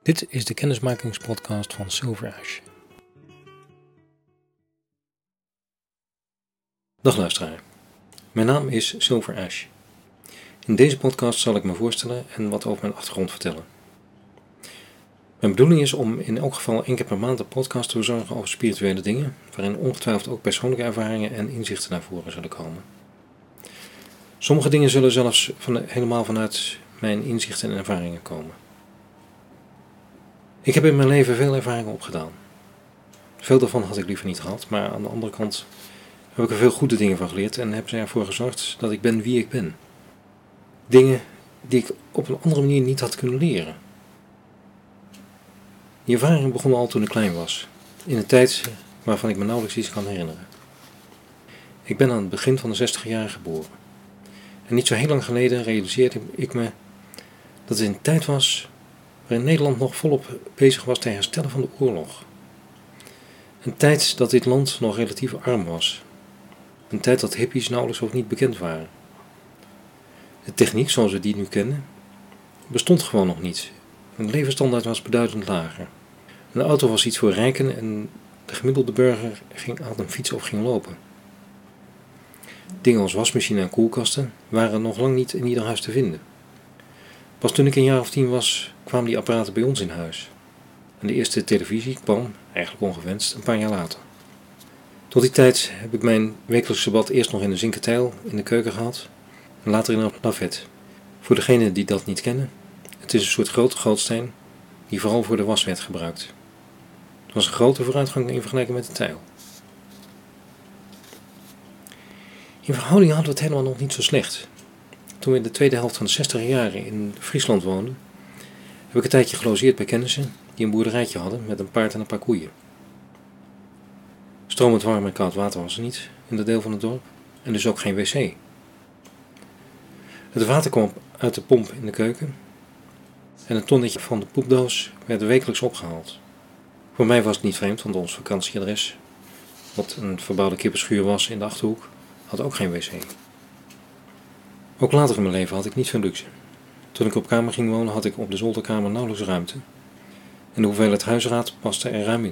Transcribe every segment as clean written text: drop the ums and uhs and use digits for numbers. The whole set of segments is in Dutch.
Dit is de kennismakingspodcast van Silver Ash. Dag luisteraar, mijn naam is Silver Ash. In deze podcast zal ik me voorstellen en wat over mijn achtergrond vertellen. Mijn bedoeling is om in elk geval 1 keer per maand een podcast te verzorgen over spirituele dingen, waarin ongetwijfeld ook persoonlijke ervaringen en inzichten naar voren zullen komen. Sommige dingen zullen zelfs helemaal vanuit mijn inzichten en ervaringen komen. Ik heb in mijn leven veel ervaringen opgedaan. Veel daarvan had ik liever niet gehad, maar aan de andere kant heb ik er veel goede dingen van geleerd en heb ze ervoor gezorgd dat ik ben wie ik ben. Dingen die ik op een andere manier niet had kunnen leren. Die ervaring begon al toen ik klein was, in een tijd waarvan ik me nauwelijks iets kan herinneren. Ik ben aan het begin van de 60 jaar geboren. En niet zo heel lang geleden realiseerde ik me dat het een tijd was waarin Nederland nog volop bezig was te herstellen van de oorlog. Een tijd dat dit land nog relatief arm was. Een tijd dat hippies nauwelijks of niet bekend waren. De techniek zoals we die nu kennen bestond gewoon nog niet. De levensstandaard was beduidend lager. Een auto was iets voor rijken en de gemiddelde burger had een fiets of ging lopen. Dingen als wasmachine en koelkasten waren nog lang niet in ieder huis te vinden. Pas toen ik een jaar of 10 was, kwamen die apparaten bij ons in huis. En de eerste televisie kwam, eigenlijk ongewenst, een paar jaar later. Tot die tijd heb ik mijn wekelijkse bad eerst nog in een zinken tijl in de keuken gehad en later in een lavet. Voor degenen die dat niet kennen, het is een soort grote gootsteen die vooral voor de was werd gebruikt. Het was een grote vooruitgang in vergelijking met de tijl. In verhouding hadden we het helemaal nog niet zo slecht. Toen we in de tweede helft van de 60 jaren in Friesland woonden, heb ik een tijdje gelogeerd bij kennissen die een boerderijtje hadden met een paard en een paar koeien. Stromend warm en koud water was er niet in dat deel van het dorp en dus ook geen wc. Het water kwam uit de pomp in de keuken en een tonnetje van de poepdoos werd wekelijks opgehaald. Voor mij was het niet vreemd, want ons vakantieadres, wat een verbouwde kippenschuur was in de Achterhoek, had ook geen wc. Ook later in mijn leven had ik niet veel luxe. Toen ik op kamer ging wonen had ik op de zolderkamer nauwelijks ruimte en de hoeveelheid huisraad paste er ruim in.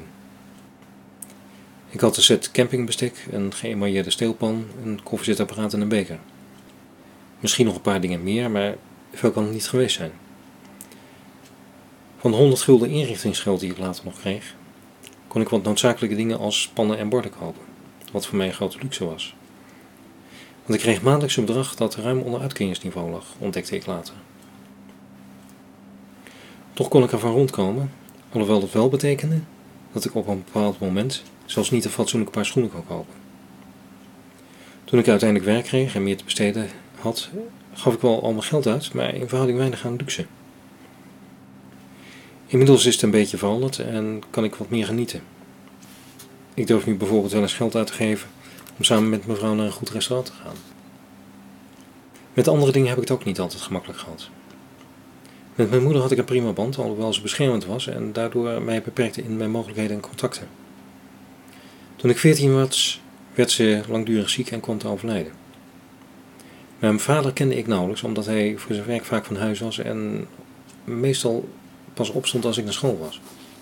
Ik had een set campingbestek, een geëmailleerde steelpan, een koffiezetapparaat en een beker. Misschien nog een paar dingen meer, maar veel kan het niet geweest zijn. Van de 100 gulden inrichtingsgeld die ik later nog kreeg, kon ik wat noodzakelijke dingen als pannen en borden kopen, wat voor mij een grote luxe was. Want ik kreeg maandelijks een bedrag dat ruim onder uitkeringsniveau lag, ontdekte ik later. Toch kon ik ervan rondkomen, alhoewel dat wel betekende dat ik op een bepaald moment zelfs niet een fatsoenlijk paar schoenen kon kopen. Toen ik uiteindelijk werk kreeg en meer te besteden had, gaf ik wel al mijn geld uit, maar in verhouding weinig aan luxe. Inmiddels is het een beetje veranderd en kan ik wat meer genieten. Ik durf nu bijvoorbeeld wel eens geld uit te geven om samen met mijn vrouw naar een goed restaurant te gaan. Met andere dingen heb ik het ook niet altijd gemakkelijk gehad. Met mijn moeder had ik een prima band, alhoewel ze beschermend was en daardoor mij beperkte in mijn mogelijkheden en contacten. Toen ik 14 was, werd ze langdurig ziek en kwam te overlijden. Mijn vader kende ik nauwelijks, omdat hij voor zijn werk vaak van huis was en meestal pas opstond als ik naar school was.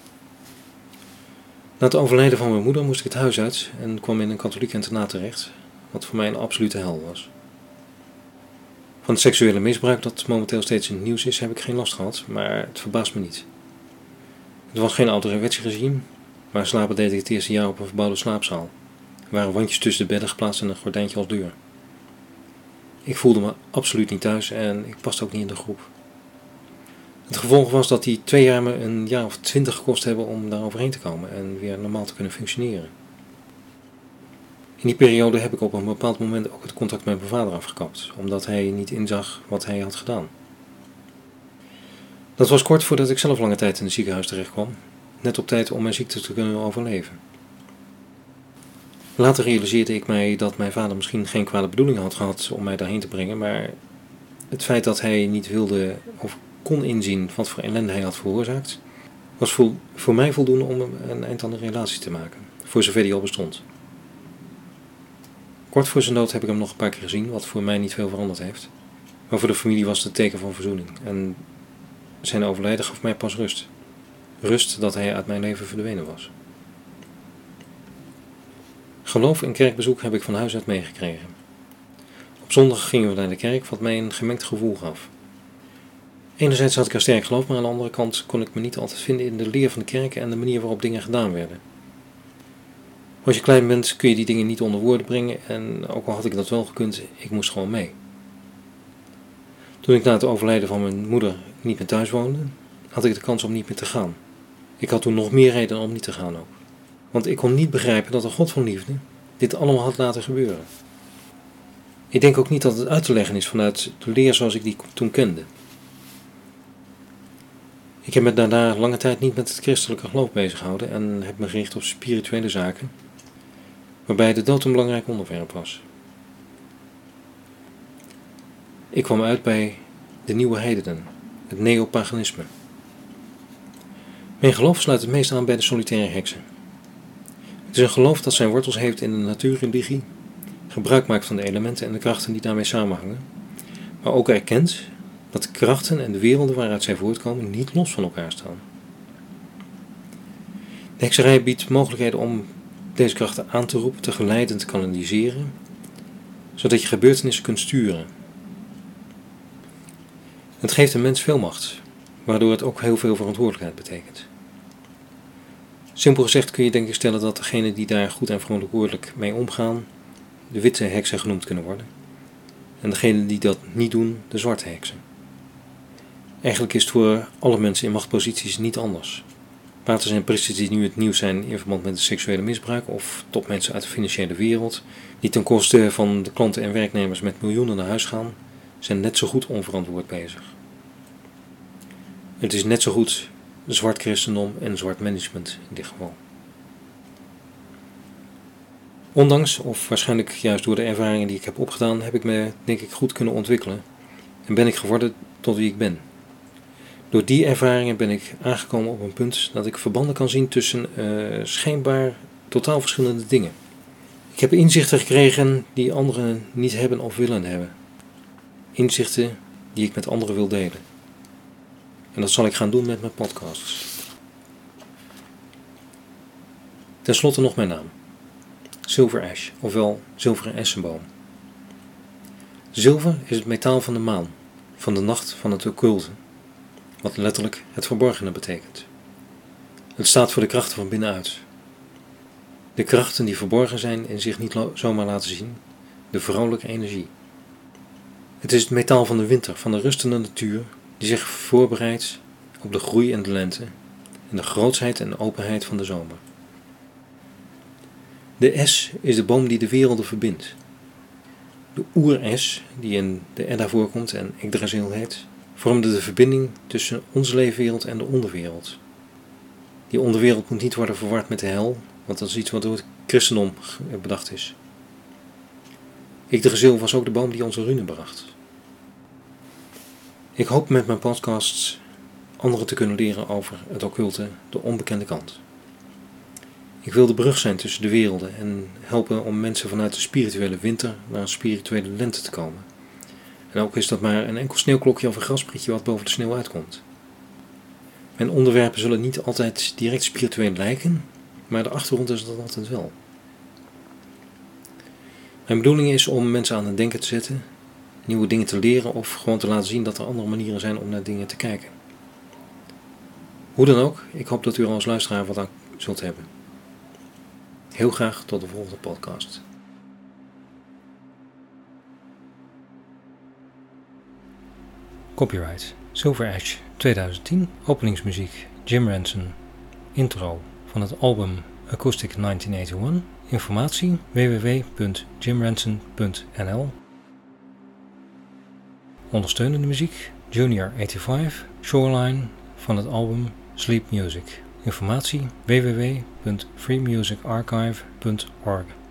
Na het overlijden van mijn moeder moest ik het huis uit en kwam in een katholiek internaat terecht, wat voor mij een absolute hel was. Van het seksuele misbruik dat momenteel steeds in het nieuws is, heb ik geen last gehad, maar het verbaast me niet. Het was geen ouderwets regime, maar slapen deed ik het eerste jaar op een verbouwde slaapzaal. Er waren wandjes tussen de bedden geplaatst en een gordijntje als deur. Ik voelde me absoluut niet thuis en ik paste ook niet in de groep. Het gevolg was dat die 2 jaar me een jaar of 20 gekost hebben om daar overheen te komen en weer normaal te kunnen functioneren. In die periode heb ik op een bepaald moment ook het contact met mijn vader afgekapt, omdat hij niet inzag wat hij had gedaan. Dat was kort voordat ik zelf lange tijd in het ziekenhuis terecht kwam, net op tijd om mijn ziekte te kunnen overleven. Later realiseerde ik mij dat mijn vader misschien geen kwade bedoeling had gehad om mij daarheen te brengen, maar het feit dat hij niet wilde of kon inzien wat voor ellende hij had veroorzaakt, was voor mij voldoende om een eind aan de relatie te maken, voor zover die al bestond. Kort voor zijn dood heb ik hem nog een paar keer gezien, wat voor mij niet veel veranderd heeft. Maar voor de familie was het een teken van verzoening en zijn overlijden gaf mij pas rust. rust dat hij uit mijn leven verdwenen was. Geloof en kerkbezoek heb ik van huis uit meegekregen. Op zondag gingen we naar de kerk, wat mij een gemengd gevoel gaf. Enerzijds had ik er sterk geloof, maar aan de andere kant kon ik me niet altijd vinden in de leer van de kerk en de manier waarop dingen gedaan werden. Als je klein bent kun je die dingen niet onder woorden brengen en ook al had ik dat wel gekund, ik moest gewoon mee. Toen ik na het overlijden van mijn moeder niet meer thuis woonde, had ik de kans om niet meer te gaan. Ik had toen nog meer reden om niet te gaan ook. Want ik kon niet begrijpen dat een God van liefde dit allemaal had laten gebeuren. Ik denk ook niet dat het uit te leggen is vanuit de leer zoals ik die toen kende. Ik heb me daarna lange tijd niet met het christelijke geloof bezig gehouden en heb me gericht op spirituele zaken, waarbij de dood een belangrijk onderwerp was. Ik kwam uit bij de nieuwe heidenen, het neopaganisme. Mijn geloof sluit het meest aan bij de solitaire heksen. Het is een geloof dat zijn wortels heeft in de natuurreligie, gebruik maakt van de elementen en de krachten die daarmee samenhangen, maar ook erkent dat de krachten en de werelden waaruit zij voortkomen niet los van elkaar staan. De hekserij biedt mogelijkheden om deze krachten aan te roepen, te geleiden en te kanaliseren, zodat je gebeurtenissen kunt sturen. Het geeft een mens veel macht, waardoor het ook heel veel verantwoordelijkheid betekent. Simpel gezegd kun je denk ik stellen dat degenen die daar goed en verantwoordelijk mee omgaan, de witte heksen genoemd kunnen worden, en degenen die dat niet doen, de zwarte heksen. Eigenlijk is het voor alle mensen in machtposities niet anders. Paters en priesters die nu het nieuws zijn in verband met het seksuele misbruik of topmensen uit de financiële wereld, die ten koste van de klanten en werknemers met miljoenen naar huis gaan, zijn net zo goed onverantwoord bezig. Het is net zo goed zwart christendom en zwart management in dit geval. Ondanks, of waarschijnlijk juist door de ervaringen die ik heb opgedaan, heb ik me denk ik goed kunnen ontwikkelen en ben ik geworden tot wie ik ben. Door die ervaringen ben ik aangekomen op een punt dat ik verbanden kan zien tussen schijnbaar totaal verschillende dingen. Ik heb inzichten gekregen die anderen niet hebben of willen hebben. Inzichten die ik met anderen wil delen. En dat zal ik gaan doen met mijn podcasts. Ten slotte nog mijn naam. Silver Ash, ofwel zilveren essenboom. Zilver is het metaal van de maan, van de nacht van het occulte, wat letterlijk het verborgene betekent. Het staat voor de krachten van binnenuit. De krachten die verborgen zijn en zich niet zomaar laten zien, de vrouwelijke energie. Het is het metaal van de winter, van de rustende natuur, die zich voorbereidt op de groei en de lente en de grootsheid en openheid van de zomer. De S is de boom die de werelden verbindt. De oer-S, die in de Edda voorkomt en Yggdrasil heet, vormde de verbinding tussen onze leefwereld en de onderwereld. Die onderwereld moet niet worden verward met de hel, want dat is iets wat door het christendom bedacht is. Yggdrasil was ook de boom die onze rune bracht. Ik hoop met mijn podcasts anderen te kunnen leren over het occulte, de onbekende kant. Ik wil de brug zijn tussen de werelden en helpen om mensen vanuit de spirituele winter naar een spirituele lente te komen. En ook is dat maar een enkel sneeuwklokje of een grasprietje wat boven de sneeuw uitkomt. Mijn onderwerpen zullen niet altijd direct spiritueel lijken, maar de achtergrond is dat altijd wel. Mijn bedoeling is om mensen aan het denken te zetten, nieuwe dingen te leren of gewoon te laten zien dat er andere manieren zijn om naar dingen te kijken. Hoe dan ook, ik hoop dat u er als luisteraar wat aan zult hebben. Heel graag tot de volgende podcast. Copyright Silver Ash 2010, openingsmuziek Jim Ranson, intro van het album Acoustic 1981, informatie www.jimranson.nl, ondersteunende muziek Junior 85, Shoreline van het album Sleep Music, informatie www.freemusicarchive.org.